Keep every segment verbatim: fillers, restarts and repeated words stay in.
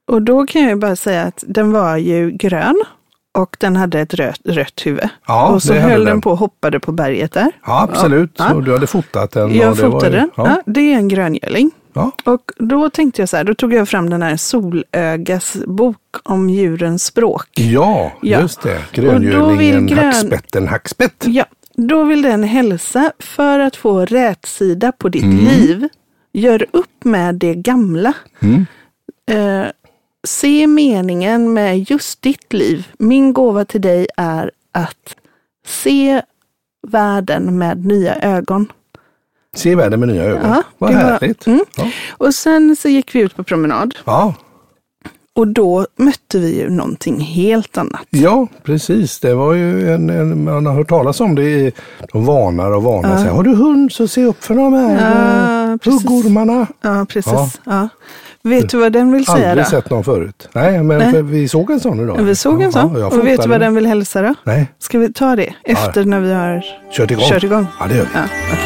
Och då kan jag bara säga att den var ju grön och den hade ett rött, rött huvud. Ja, och så det höll den. den på och hoppade på berget där. Ja, absolut. Ja. Och du hade fotat den. Jag och det fotade var ju, den. ja. Ja, det är en gröngöling. Ja. Och då tänkte jag så här, då tog jag fram den här Solögas bok om djurens språk. Ja, Ja. just det. Och då vill Gröngölingen, grön- hackspetten, hackspett. Ja, då vill den hälsa för att få rätsida på ditt Mm. liv. Gör upp med det gamla. Mm. Eh, se meningen med just ditt liv. Min gåva till dig är att se världen med nya ögon. Se världen med nya ögon. Ja, Vad det var- härligt. Mm. Ja. Och sen så gick vi ut på promenad. Ja. Och då mötte vi ju någonting helt annat. ja, precis. Det var ju en, en, man har hört talas om det i de varnar och varnar. Ja. Säger, har du hund så se upp för de här Ja, precis. huggormarna. Ja, precis. Ja. Ja. Vet du vad den vill säga Aldrig då? sett någon förut. Nej, men Nej. för vi såg en sån idag. Vi såg en sån. Ja, jag och vet du fotade vad den vill hälsa då? Nej, Ska vi ta det efter när vi har kört igång. kört igång? Ja, det gör vi. Ja, okej.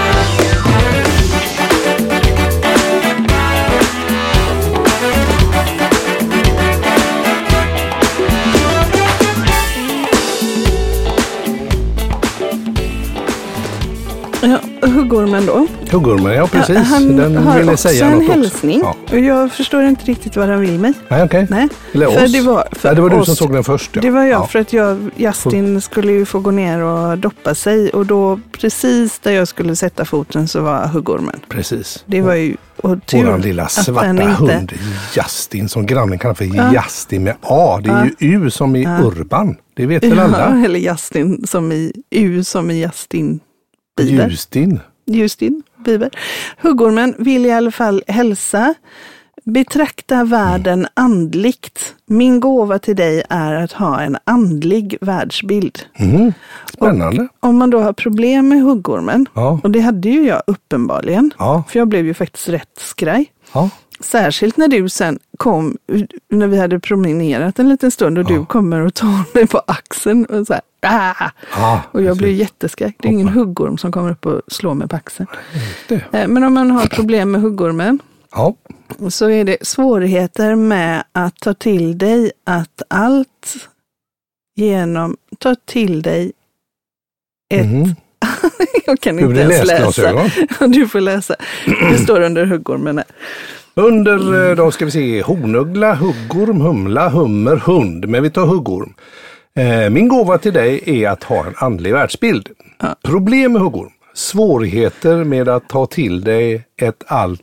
Ja, huggormen då. Huggormen, ja precis. Han den har ville också säga en något hälsning. också. Ja. Och jag förstår inte riktigt vad han vill mig. Nej, okej. Nej, Eller för oss. det var, för Nej, det var du oss. som såg den först. Ja. Det var jag, Ja. för att jag, Justin skulle ju få gå ner och doppa sig. Och då, precis där jag skulle sätta foten, så var huggormen. Precis. Det var ju, och tur Våran lilla att svarta den inte- hund Justin, som grannen kallar för Ja. Justin med A. Det är ju U som i Ja. Urban. Det vet väl alla? Ja, eller Justin som i U som i Justin Bieber. Justin. Justin Bieber. Huggormen vill i alla fall hälsa. Betrakta världen andligt. Min gåva till dig är att ha en andlig världsbild. Mm. Spännande. Och om man då har problem med huggormen, Ja. och det hade ju jag uppenbarligen, Ja. för jag blev ju faktiskt rätt skraj. Ja. Särskilt när du sen kom, när vi hade promenerat en liten stund och du kommer och tar mig på axeln och så här, ah! Ja, Och jag precis. blir jätteskräck. Det är ingen huggorm som kommer upp och slår mig på axeln. Det. Eh, Men om man har problem med huggormen, Ja. så är det svårigheter med att ta till dig att allt genom, ta till dig ett, Mhm. jag kan Hur inte blir ens läsglasögon? läsa. Du får läsa. Det står under huggormen här. Under, eh, då ska vi se, honugla, huggorm, humla, hummer, hund. Men vi tar huggorm. Eh, min gåva till dig är att ha en andlig världsbild. Ja. Problem med huggorm. Svårigheter med att ta till dig ett allt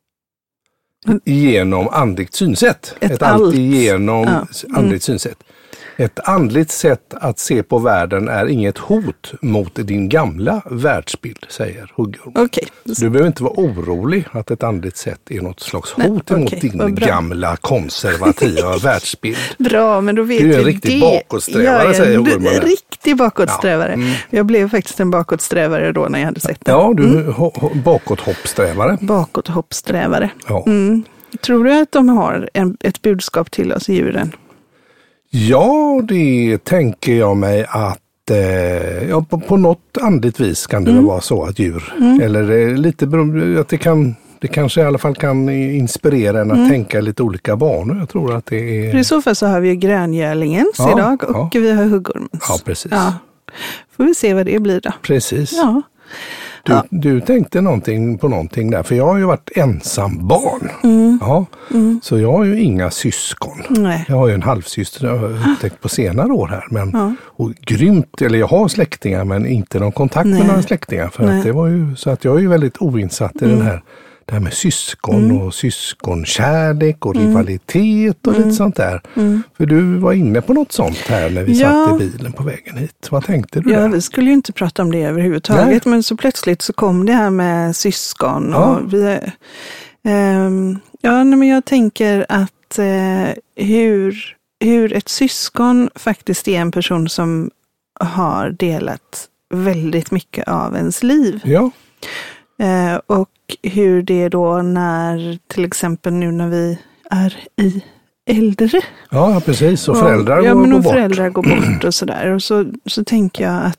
genom andligt synsätt. Ett Ett allt allt. genom Ja. andligt synsätt. Ett andligt sätt att se på världen är inget hot mot din gamla världsbild, säger huggorm. Okej. Du behöver inte vara orolig att ett andligt sätt är något slags Nej, hot okej, mot vad din bra. gamla konservativa världsbild. Bra, men då vet Du är en vi riktig det. bakåtsträvare, Jag är säger en huggormen. r- riktig bakåtsträvare. Ja, mm. Jag blev faktiskt en bakåtsträvare då när jag hade sett det. Ja, du är ho- ho- bakåthoppsträvare. Bakåthoppsträvare. Ja. Mm. Tror du att de har en, ett budskap till oss djuren? ja, det tänker jag mig att eh, ja, på, på något andligt vis kan det Mm. väl vara så att djur, eller eh, lite beroende, att det kan det kanske i alla fall kan inspirera en att Mm. tänka lite olika banor. Jag tror att det är... För i så fall så har vi ju gröngölingens Ja, idag och ja. vi har huggormens. Ja, precis. Ja. Får vi se vad det blir då. Precis. Ja. Du, Ja. du tänkte någonting på någonting där, för jag har ju varit ensam barn. Mm. Ja, så jag har ju inga syskon. Nej. Jag har ju en halvsyster, jag har upptäckt på senare år här. Men, Ja. och grymt, eller jag har släktingar men inte någon kontakt Nej. med några släktingar. För Nej. att det var ju, så att jag är ju väldigt oinsatt i den här, det här med syskon och syskonkärlek och rivalitet och lite sånt där. För du var inne på något sånt här när vi Ja. satt i bilen på vägen hit. Vad tänkte du Ja, där? vi skulle ju inte prata om det överhuvudtaget, men så plötsligt så kom det här med syskon. Ja. Och vi, ehm, ja, nej, men jag tänker att eh, hur, hur ett syskon faktiskt är en person som har delat väldigt mycket av ens liv. Ja, Eh, och hur det då när, till exempel nu när vi är i äldre. ja precis. Och föräldrar ja, går, men går och bort. föräldrar går bort och sådär. Och så, så tänker jag att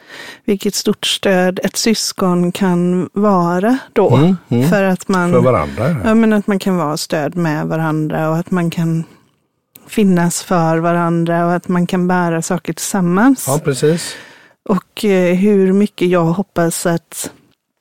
vilket stort stöd ett syskon kan vara då. Mm, mm. För att man, för varandra. Ja. Ja, men att man kan vara stöd med varandra och att man kan finnas för varandra och att man kan bära saker tillsammans. Ja, precis. Och eh, hur mycket jag hoppas att,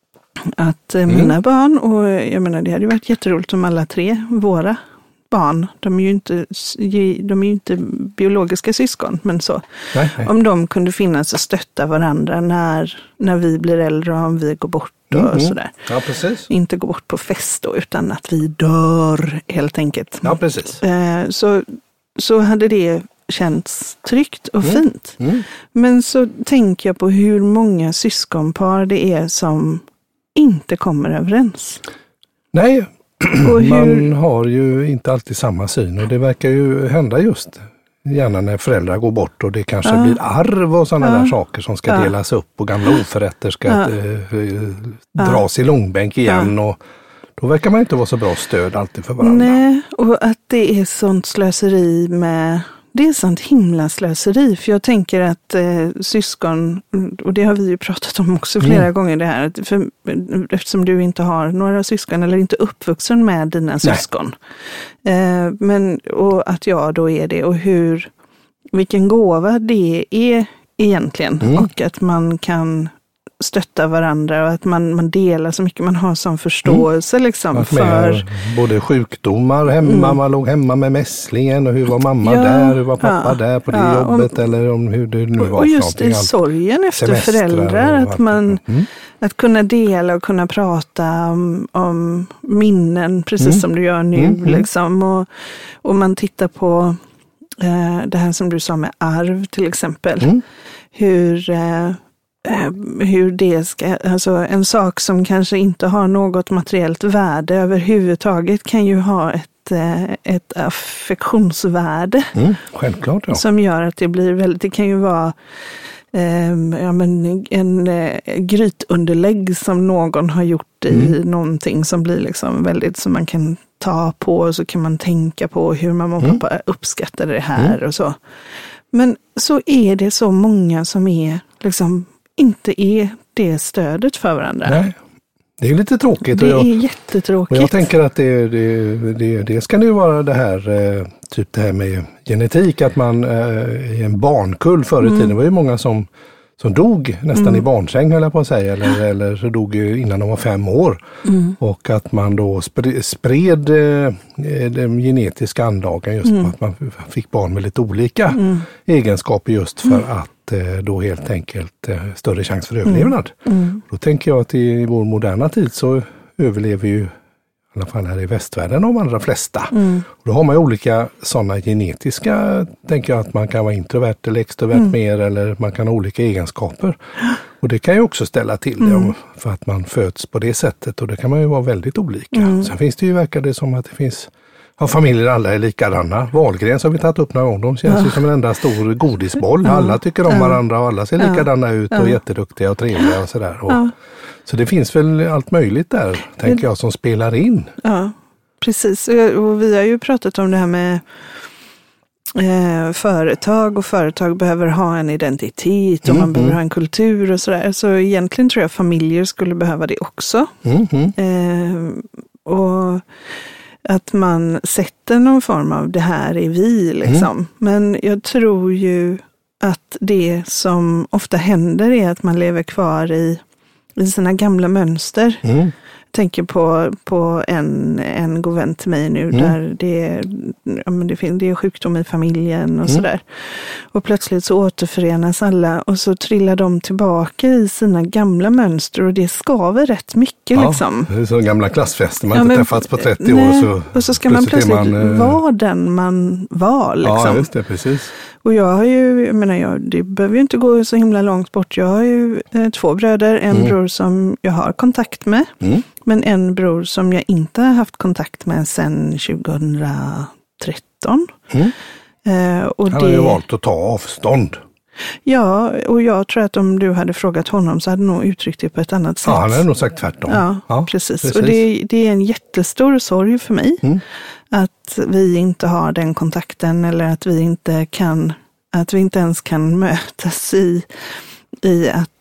att eh, mina mm. barn, och jag menar det hade ju varit jätteroligt om alla tre, våra barn, de är ju inte, de är ju inte biologiska syskon, men så. Nej, nej. Om de kunde finnas och stötta varandra när, när vi blir äldre och om vi går bort och mm. sådär. Ja, precis. Inte gå bort på fest då, utan att vi dör helt enkelt. Ja, precis. Eh, så, så hade det känts tryggt och mm. fint. Mm. Men så tänker jag på hur många syskonpar det är som inte kommer överens. Nej, hur... man har ju inte alltid samma syn och det verkar ju hända just gärna när föräldrar går bort och det kanske ja. blir arv och sådana ja. där saker som ska ja. delas upp och gamla oförrätter ska ja. äh, dras ja. i långbänk igen ja. och då verkar man inte vara så bra stöd alltid för varandra. Nej, och att det är sånt slöseri med... Det är sånt himla slöseri, för jag tänker att eh, syskon, och det har vi ju pratat om också flera mm. gånger det här, för, eftersom du inte har några syskon eller inte uppvuxen med dina syskon. Eh, men, och att jag då är det, och hur, vilken gåva det är egentligen, mm. och att man kan stötta varandra och att man, man delar så mycket, man har sån förståelse mm. liksom för... Både sjukdomar hemma, mm. man låg hemma med mässlingen och hur var mamma ja, där, hur var pappa ja, där på det ja, jobbet och, eller om hur det nu var. Och just i sorgen efter föräldrar, att man mm. att kunna dela och kunna prata om, om minnen precis mm. som du gör nu mm. liksom, och, och man tittar på eh, det här som du sa med arv till exempel, mm. hur eh, hur det ska, alltså en sak som kanske inte har något materiellt värde överhuvudtaget kan ju ha ett, ett affektionsvärde. Mm, självklart, ja. Som gör att det blir väldigt, det kan ju vara eh, ja, men en eh, grytunderlägg som någon har gjort i mm. någonting som blir liksom väldigt, som man kan ta på och så kan man tänka på hur mamma och mm. pappa uppskattade det här mm. och så. Men så är det så många som är liksom inte är det stödet för varandra. Nej, det är lite tråkigt. Det och jag, är jättetråkigt. Och jag tänker att det, det, det, det ska nu vara det här, eh, typ det här med genetik, att man eh, i en barnkull förr i tiden, mm. det var ju många som, som dog nästan mm. i barnsäng, höll jag på att säga, eller, eller så dog ju innan de var fem år. Mm. Och att man då spred, spred eh, den genetiska anlagen just mm. på att man fick barn med lite olika mm. egenskaper just för mm. att då helt enkelt större chans för överlevnad. Mm. Mm. Då tänker jag att i vår moderna tid så överlever ju, i alla fall här i västvärlden, de allra flesta. Mm. Då har man ju olika sådana genetiska, tänker jag, att man kan vara introvert eller extrovert mm. mer, eller man kan ha olika egenskaper. Och det kan ju också ställa till det mm. för att man föds på det sättet, och det kan man ju vara väldigt olika. Mm. Sen finns det ju, verkar det som att det finns har familjer alla är likadana. Wahlgrens har vi tagit upp några gånger. De känns ja. ju som en enda stor godisboll. Ja. Alla tycker om ja. varandra och alla ser likadana ja. ut och ja. jätteduktiga och trevliga och sådär. Och, ja. Så det finns väl allt möjligt där, tänker jag, som spelar in. Ja, precis. Och vi har ju pratat om det här med eh, företag, och företag behöver ha en identitet och mm, man mm. behöver ha en kultur och sådär. Så egentligen tror jag familjer skulle behöva det också. Mm, mm. Eh, och att man sätter någon form av det här är vi liksom. Mm. Men jag tror ju att det som ofta händer är att man lever kvar i, i sina gamla mönster. Mm. Jag tänker på, på en, en god vän till mig nu mm. där det, ja, men det, finns, det är sjukdom i familjen och mm. sådär. Och plötsligt så återförenas alla och så trillar de tillbaka i sina gamla mönster och det skaver rätt mycket. Ja, liksom. Det är så gamla klassfester, man har ja, inte träffats på trettio nej, år. Så och så ska man plötsligt man, vara den man var. Liksom. Ja, just det, precis. Och jag har ju, jag menar, jag, det behöver ju inte gå så himla långt bort. Jag har ju eh, två bröder, en mm. bror som jag har kontakt med. Mm. Men en bror som jag inte har haft kontakt med sedan tjugohundratretton. Mm. Eh, och Han det... har ju valt att ta avstånd. Ja, och jag tror att om du hade frågat honom så hade han nog uttryckt det på ett annat sätt. Ja, han hade nog sagt tvärtom. Ja, ja precis. precis. Och det, det är en jättestor sorg för mig mm. att vi inte har den kontakten, eller att vi inte kan, att vi inte ens kan mötas i, i att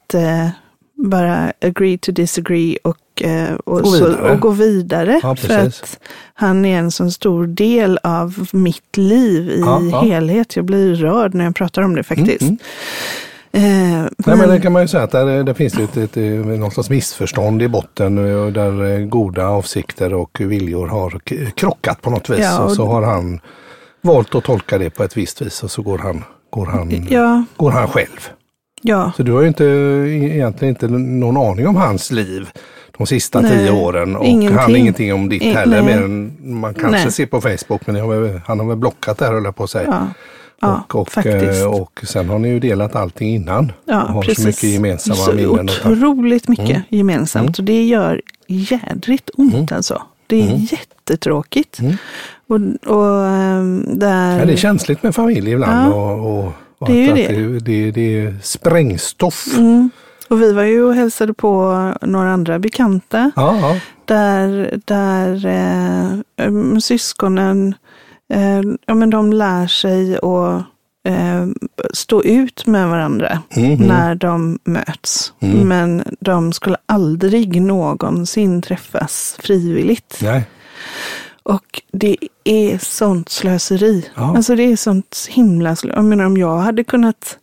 att eh, bara agree to disagree och, eh, och, gå så, vidare. och gå vidare. Ja, för att han är en så stor del av mitt liv i ja, ja. helhet. Jag blir rörd när jag pratar om det faktiskt. Mm, mm. Eh, Nej, men det kan man ju säga att där, där finns det ett, ett, ett, någon slags missförstånd i botten där goda avsikter och viljor har krockat på något vis. Ja, och, och så har han valt att tolka det på ett visst vis och så går han, går han, ja. går han själv. Ja. Så du har ju inte, egentligen inte någon aning om hans liv de sista nej, tio åren och ingenting. Han har ingenting om ditt In, heller, mer än man kanske nej. ser på Facebook, men har, han har väl blockat där, höll jag på att säga. Ja. Ja, och, och, faktiskt. Och sen har ni ju delat allting innan. Ja, och har precis. så mycket gemensamma så minnen. Otroligt mycket mm. gemensamt mm. och det gör jädrigt ont mm. alltså. Det är mm. jättetråkigt. Mm. Och, och, där... ja, det är känsligt med familj ibland. Ja, och, och, och det är att, ju att det. Det, det. Det är sprängstoff. Mm. Och vi var ju och hälsade på några andra bekanta. Ja, ja. Där, där eh, syskonen eh, ja, men de lär sig att eh, stå ut med varandra mm-hmm. när de möts. Mm. Men de skulle aldrig någonsin träffas frivilligt. Nej. Och det är sånt slöseri. Ja. Alltså det är sånt himla slöseri. Jag menar om jag hade kunnat...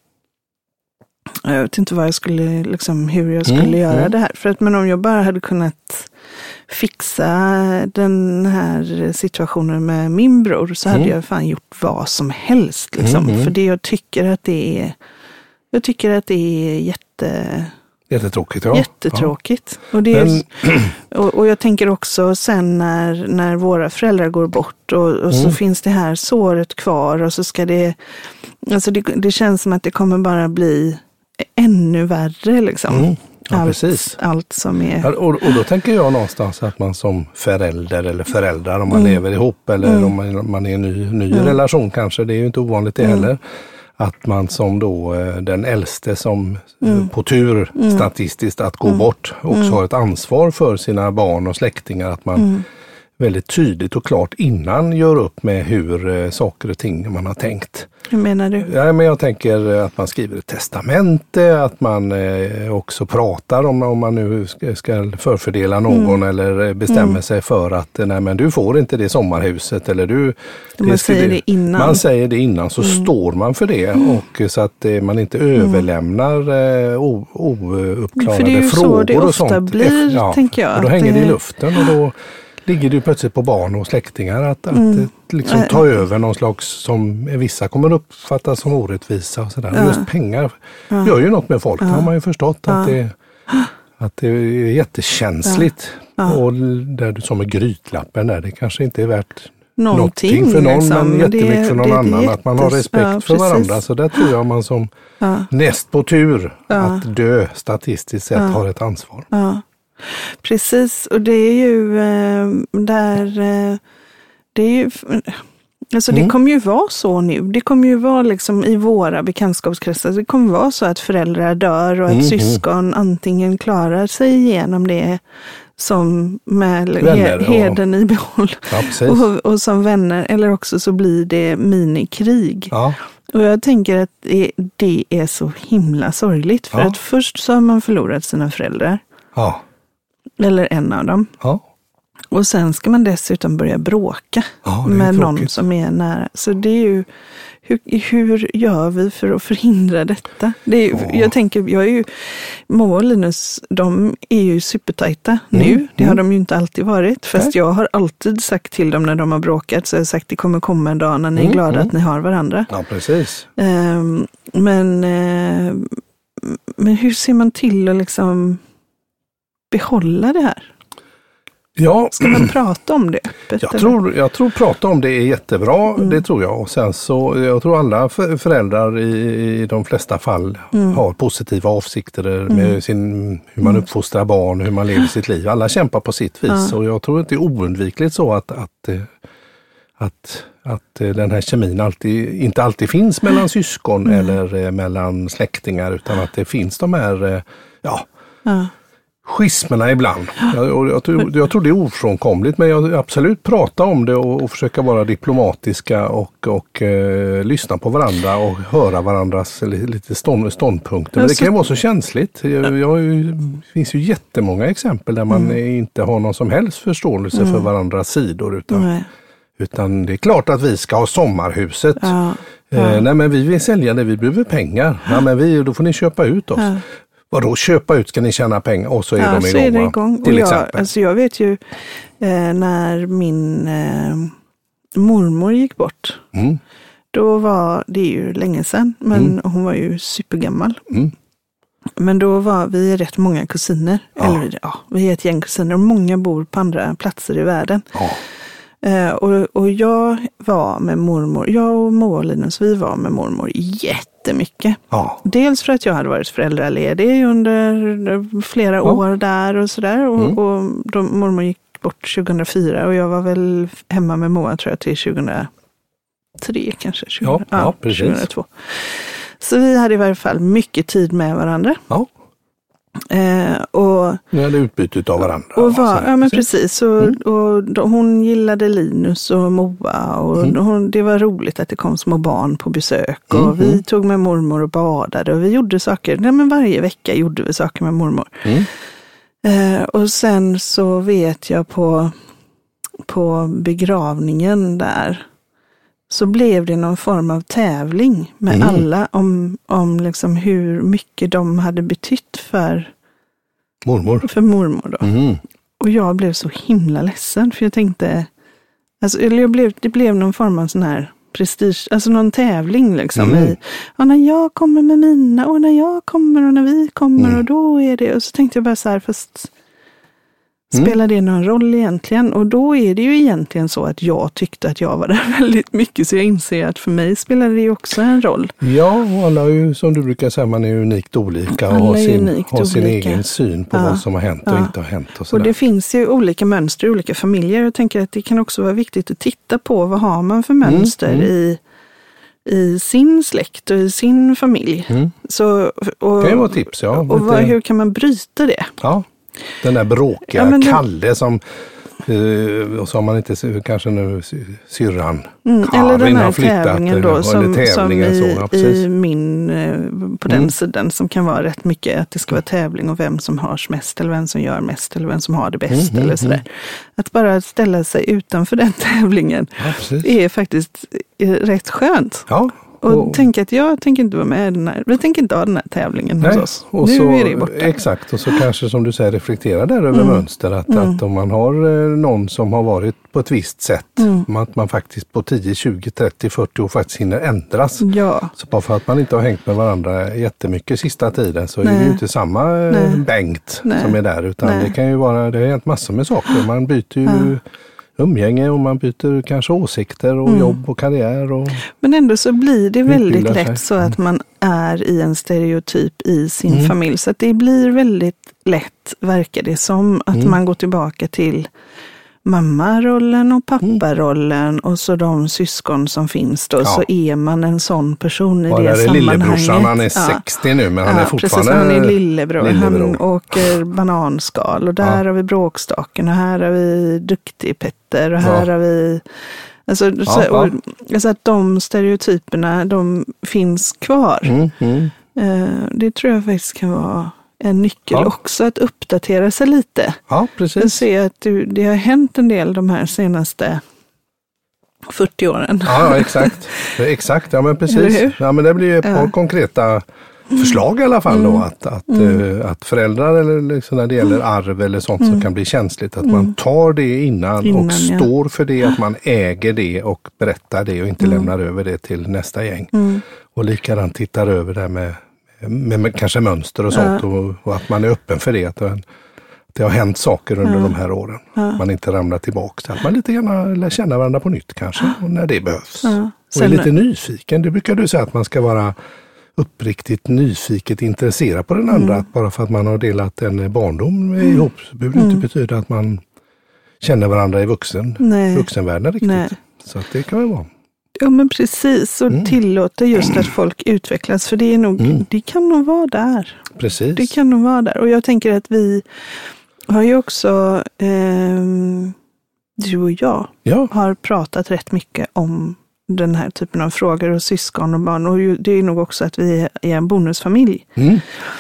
Jag vet inte vad jag skulle, liksom, hur jag skulle mm, göra mm. det här. För att, men om jag bara hade kunnat fixa den här situationen med min bror så hade mm. jag fan gjort vad som helst. Liksom. Mm, mm. För det jag tycker att det är, jag tycker att det är jätte... Jättetråkigt, ja. Jättetråkigt. Ja. Och, det är, men... och, och jag tänker också sen när, när våra föräldrar går bort och, och mm. så finns det här såret kvar och så ska det, alltså det, det känns som att det kommer bara bli ännu värre liksom. Mm. Ja, allt, precis. allt som är... Ja, och, och då tänker jag någonstans att man som förälder eller föräldrar, om man mm. lever ihop eller mm. om man, man är i en ny, ny mm. relation kanske, det är ju inte ovanligt det mm. heller. Att man som då den äldste som mm. på tur mm. statistiskt att gå mm. bort också mm. har ett ansvar för sina barn och släktingar. Att man mm. väldigt tydligt och klart innan gör upp med hur saker och ting man har tänkt. Hur menar du? Ja, men jag tänker att man skriver ett testamente, att man eh, också pratar om, om man nu ska, ska förfördela någon mm. eller bestämmer mm. sig för att nej men du får inte det sommarhuset eller du... Man det säger det innan. Man säger det innan så mm. står man för det mm. och så att eh, man inte mm. överlämnar eh, o, ouppklarade för det är ju frågor så det och ofta sånt. blir, ja, tänker jag. Och då hänger det i luften och då ligger det plötsligt på barn och släktingar att, mm. att liksom ta över någon slags som vissa kommer uppfattas som orättvisa och sådär. Ja. Just pengar ja. gör ju något med folk, ja. har man ju förstått ja. att, det, att det är jättekänsligt. Ja. Ja. Och där du som är grytlappen där, det kanske inte är värt någonting, någonting för någon liksom. Men jättemycket det, för någon det, annan. Det att man har respekt ja, för varandra. Så där tror jag man som ja. näst på tur ja. att dö statistiskt sett ja. har ett ansvar. Ja. Precis, och det är ju eh, där eh, det är ju alltså mm. det kommer ju vara så nu. Det kommer ju vara liksom i våra bekantskapskretsar, det kommer vara så att föräldrar dör och att mm. syskon antingen klarar sig igenom det som med vänner, he- heden i behåll ja, och, och som vänner, eller också så blir det minikrig. Ja. Och jag tänker att det, det är så himla sorgligt för ja. att först så har man förlorat sina föräldrar. Ja. Eller en av dem. Ja. Och sen ska man dessutom börja bråka ja, med någon som är nära. Så det är ju, hur, hur gör vi för att förhindra detta? Det är ju, ja. Jag tänker, jag är ju, Moa och Linus, de är ju supertajta mm. nu. Det har mm. de ju inte alltid varit. Fast Nej. jag har alltid sagt till dem när de har bråkat, så jag har sagt det kommer komma en dag när ni är mm. glada mm. att ni har varandra. Ja, precis. Um, men, uh, men hur ser man till att liksom behålla det här? Ja, ska man prata om det öppet? Jag tror, jag tror prata om det är jättebra, mm. det tror jag. Och sen så, jag tror alla föräldrar i, i de flesta fall mm. har positiva avsikter mm. med sin, hur man uppfostrar barn, hur man lever sitt liv. Alla kämpar på sitt vis ja. och jag tror att det är oundvikligt så att, att, att, att den här kemin alltid, inte alltid finns mellan syskon mm. eller mellan släktingar, utan att det finns de här, ja, ja. schismerna ibland. Jag, och jag, tror, jag tror det är ofrånkomligt, men jag absolut prata om det och, och försöka vara diplomatiska och, och eh, lyssna på varandra och höra varandras lite stånd, ståndpunkter. Men det kan ju vara så känsligt. Jag, jag, det finns ju jättemånga exempel där man mm. inte har någon som helst förståelse mm. för varandras sidor. Utan, mm. utan det är klart att vi ska ha sommarhuset. Ja. Eh, ja. Nej, men vi vill sälja det, vi behöver pengar. Ja, men vi, då får ni köpa ut oss. Ja. Vadå, köpa ut ska ni tjäna pengar och så är ja, de igång. Så är det igång. Till och exempel. Jag, alltså jag vet ju eh, när min eh, mormor gick bort. Mm. Då var, det är ju länge sedan, men mm. hon var ju supergammal. Mm. Men då var vi rätt många kusiner. Ja. Eller ja, vi är ett gäng kusiner och många bor på andra platser i världen. Ja. Eh, och, och jag var med mormor, jag och Moa och Linus, vi var med mormor jättemycket. Ja. Dels för att jag hade varit föräldraledig under flera ja. år där och sådär. Och, mm. och då mormor gick bort tjugohundrafyra och jag var väl hemma med Moa tror jag till tjugohundratre kanske. tjugohundra, ja, ja, precis. tjugohundratvå. Så vi hade i varje fall mycket tid med varandra. Ja. Eh, och, Ni hade utbyte av varandra. Och var, ja men precis. Och, mm. och då, hon gillade Linus och Moa och mm. hon, det var roligt att det kom små barn på besök. Och mm. vi tog med mormor och badade och vi gjorde saker. Nej, men varje vecka gjorde vi saker med mormor. Mm. Eh, och sen så vet jag på, på begravningen där så blev det någon form av tävling med mm. alla om, om liksom hur mycket de hade betytt för mormor. För mormor då. Mm. Och jag blev så himla ledsen för jag tänkte, alltså, eller jag blev, det blev någon form av sån här prestige, alltså någon tävling liksom. Mm. I, och när jag kommer med mina och när jag kommer och när vi kommer mm. och då är det, och så tänkte jag bara så här, fast Mm. spelar det någon roll egentligen? Och då är det ju egentligen så att jag tyckte att jag var där väldigt mycket, så jag inser att för mig spelar det ju också en roll. Ja, och alla är ju, som du brukar säga, man är unikt olika och har sin, har sin egen syn på ja. vad som har hänt och ja. inte har hänt. Och, och det finns ju olika mönster i olika familjer. Jag tänker att det kan också vara viktigt att titta på vad har man för mönster mm. Mm. i i sin släkt och i sin familj. Mm. Så, och, det kan ju vara tips, ja. Och vad, hur kan man bryta det? Ja. Den där bråkiga ja, Kalle som, eh, och så har man inte kanske nu syrran mm, Karin eller den här har flyttat. Tävlingen då, eller som, tävlingen som i, så, ja, i min, eh, på den mm. sidan som kan vara rätt mycket att det ska vara tävling och vem som har mest eller vem som gör mest eller vem som har det bäst mm, eller sådär. Mm. Att bara ställa sig utanför den tävlingen ja, är faktiskt rätt skönt. Ja. Och, och tänk att jag tänker inte vara med i den här, vi tänker inte ha den här tävlingen nej, hos oss. Och nu så, är det borta. Exakt, och så kanske som du säger reflektera där över mm. mönster. Att, mm. att om man har någon som har varit på ett visst sätt, mm. att man faktiskt på tio, tjugo, trettio, fyrtio år faktiskt hinner ändras. Ja. Så bara för att man inte har hängt med varandra jättemycket sista tiden så nej. är det ju inte samma nej. Bengt nej. som är där. Utan nej. det kan ju vara, det har hänt massor med saker. Man byter ju ja. umgänge och man byter kanske åsikter och mm. jobb och karriär. Och men ändå så blir det väldigt lätt så att man är i en stereotyp i sin mm. familj. Så att det blir väldigt lätt, verkar det som, att mm. man går tillbaka till mammarollen och papparollen mm. och så de syskon som finns då. Ja. Så är man en sån person i ja, det, det sammanhanget. Lillebrorsan, han är sextio ja. nu men han ja, är fortfarande precis, han är lillebror. lillebror. Han åker bananskal och där ja. har vi bråkstaken och här har vi duktig Petter och här ja. har vi alltså, ja, så, och, ja. alltså att de stereotyperna de finns kvar. Mm, mm. Uh, det tror jag faktiskt kan vara en nyckel ja. också, att uppdatera sig lite. Ja, precis. Jag ser att du, det har hänt en del de här senaste fyrtio åren. Ja, exakt. Exakt, ja men precis. Ja, men det blir ju ett par ja. konkreta förslag i alla fall mm. då. Att, att, mm. äh, att föräldrar eller liksom när det gäller arv eller sånt mm. som kan bli känsligt. Att mm. man tar det innan, innan och ja. står för det, att man äger det och berättar det och inte mm. lämnar över det till nästa gäng. Mm. Och likadant tittar över det med Med, med kanske mönster och sånt ja. och, och att man är öppen för det. Att det, att det har hänt saker under ja. de här åren. Ja. Man inte ramlar tillbaka. Att man lite grann lär känna varandra på nytt kanske. Och när det behövs. Ja. Och är lite nyfiken. Det brukar du säga att man ska vara uppriktigt nyfiket intresserad på den andra. Mm. Att bara för att man har delat en barndom mm. ihop så behöver det mm. inte betyda att man känner varandra i vuxen, vuxenvärlden riktigt. Nej. Så att det kan väl vara. Ja, men precis. Och mm. tillåter just att folk utvecklas. För det är nog, mm. det kan nog vara där. Precis. Det kan nog vara där. Och jag tänker att vi har ju också, eh, du och jag, ja. har pratat rätt mycket om den här typen av frågor och syskon och barn. Och det är nog också att vi är en bonusfamilj. Mm.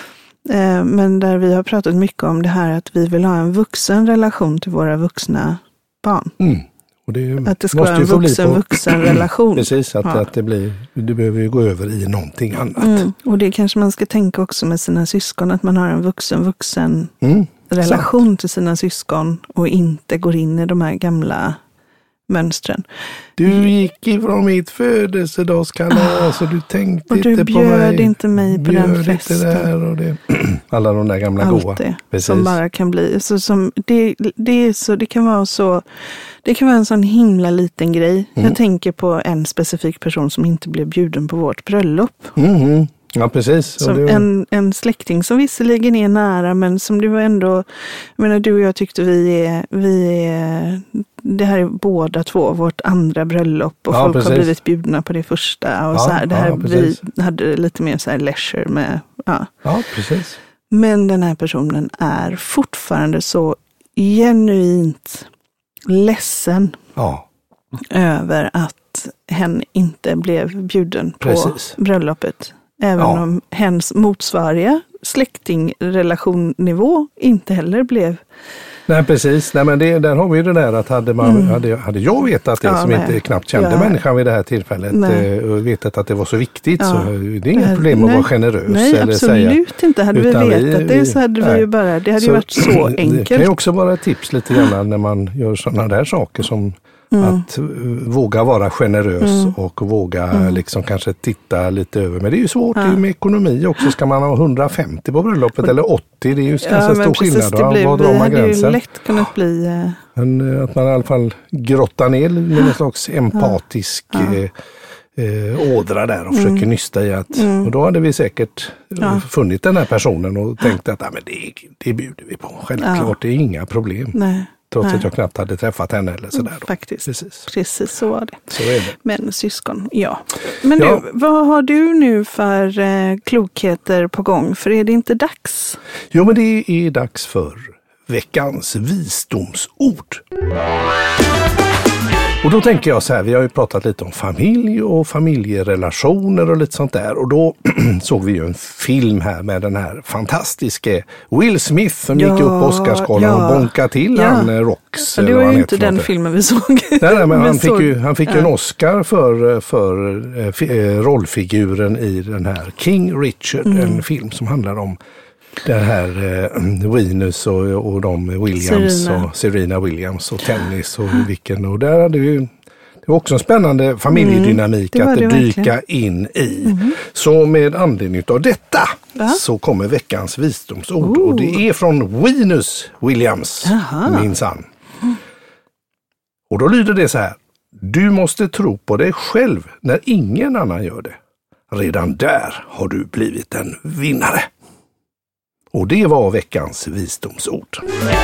Eh, men där vi har pratat mycket om det här att vi vill ha en vuxen relation till våra vuxna barn. Mm. Och det att det ska vara en vuxen-vuxen relation. Precis, att, ja. att det blir, du behöver ju gå över i någonting annat. Mm. Och det kanske man ska tänka också med sina syskon, att man har en vuxen-vuxen mm. relation Sant. till sina syskon och inte går in i de här gamla mönstren. Du gick ifrån mitt födelsedagskalas och du tänkte och du inte på mig. Och du bjöd inte mig på bjöd den festen. Inte där och det. Alla de där gamla Allt goa. det Precis. som bara kan bli. Så som, det, det, är så, det kan vara så, det kan vara en sån himla liten grej. Mm. Jag tänker på en specifik person som inte blev bjuden på vårt bröllop. Mm. Ja, precis. Som det... en, en släkting som visserligen är nära, men som du ändå, jag menar, du och jag tyckte vi är, vi är, det här är båda två vårt andra bröllop och ja, folk precis. har blivit bjudna på det första och ja, så här, det här ja, vi hade lite mer så här leisure med, ja. Ja, precis. Men den här personen är fortfarande så genuint ledsen ja. över att hen inte blev bjuden på precis. bröllopet. Även ja. om hens motsvariga släktingrelationnivå inte heller blev. Nej, precis. Nej, men det, där har vi ju det där att hade, man, mm. hade, hade jag vetat det ja, som nej. inte knappt kände ja. människan vid det här tillfället nej. och vetat att det var så viktigt ja. så det är inget problem nej. att vara generös. Nej, eller absolut säga. inte. Hade Utan vi vetat vi, det så hade nej. vi ju bara, det hade så, ju varit så enkelt. Det kan ju också vara ett tips lite grann när man gör sådana där saker som Mm. att våga vara generös mm. och våga mm. liksom kanske titta lite över. Men det är ju svårt ja. med ekonomi också. Ska man ha hundrafemtio på bröllopet eller åttio? Det är ju ja, ganska stor precis, skillnad. Det blir, Vad drar man hade gränsen? Ju lätt kunnat bli... Uh... Men, att man i alla fall grottar ner med en slags empatisk ja. Ja. Eh, ådra där och mm. försöker nysta i att... Mm. Och då hade vi säkert ja. funnit den här personen och tänkt att ah, men det, det bjuder vi på. Självklart, ja. det är inga problem. Nej. Trots Nej. att jag knappt hade träffat henne eller sådär. Då. Faktiskt, precis. precis så var det. Så är det. Men syskon, ja. Men ja. du, vad har du nu för eh, klokheter på gång? För är det inte dags? Jo, men det är dags för veckans visdomsord. Och då tänker jag så här, vi har ju pratat lite om familj och familjerelationer och lite sånt där. Och då såg vi ju en film här med den här fantastiske Will Smith som ja, gick upp på Oscarsgalan ja, och bonkade till ja. han Rox. Ja, det var ju inte den filmen vi såg. Nej, nej men han fick ju, han fick ju ja. en Oscar för, för rollfiguren i den här King Richard, mm. en film som handlar om det här eh, Venus och, och de Williams Serena. och Serena Williams och tennis och vilken och där hade vi, det var också en spännande familjedynamik mm, det att det dyka verkligen. in i. Mm. Så med anledning av detta Va? så kommer veckans visdomsord oh. och det är från Venus Williams, minsann. Mm. Och då lyder det så här: du måste tro på dig själv när ingen annan gör det. Redan där har du blivit en vinnare. Och det var veckans visdomsord.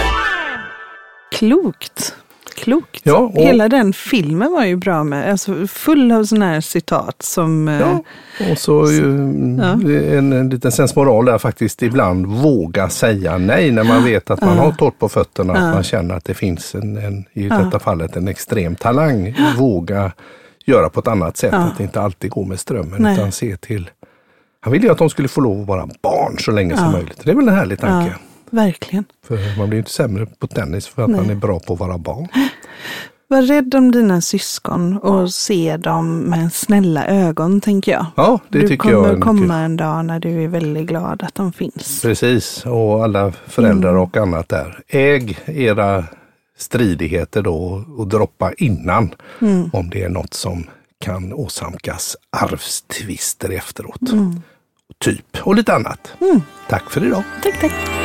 Klokt. Klokt. Ja, och hela den filmen var ju bra med. Alltså full av sådana här citat som... Ja, och så ju, ja. en, en liten sensmoral där faktiskt ibland våga säga nej när man vet att man ja. har torrt på fötterna. Ja. Att man känner att det finns en, en i ja. detta fallet en extrem talang. Våga göra på ett annat sätt. Ja. Att inte alltid gå med strömmen nej. utan se till... Han ville ju att de skulle få lov att vara barn så länge ja. som möjligt. Det är väl en härlig tanke. Ja, verkligen. För man blir ju inte sämre på tennis för att Nej. man är bra på att vara barn. Var rädd om dina syskon och se dem med snälla ögon, tänker jag. Ja, det du tycker jag. Du kommer komma en dag när du är väldigt glad att de finns. Precis, och alla föräldrar mm. och annat där. Äg era stridigheter då och droppa innan mm. om det är något som kan åsamkas arvstvister efteråt. Mm. Typ, och lite annat. Mm. Tack för idag. Tack, tack.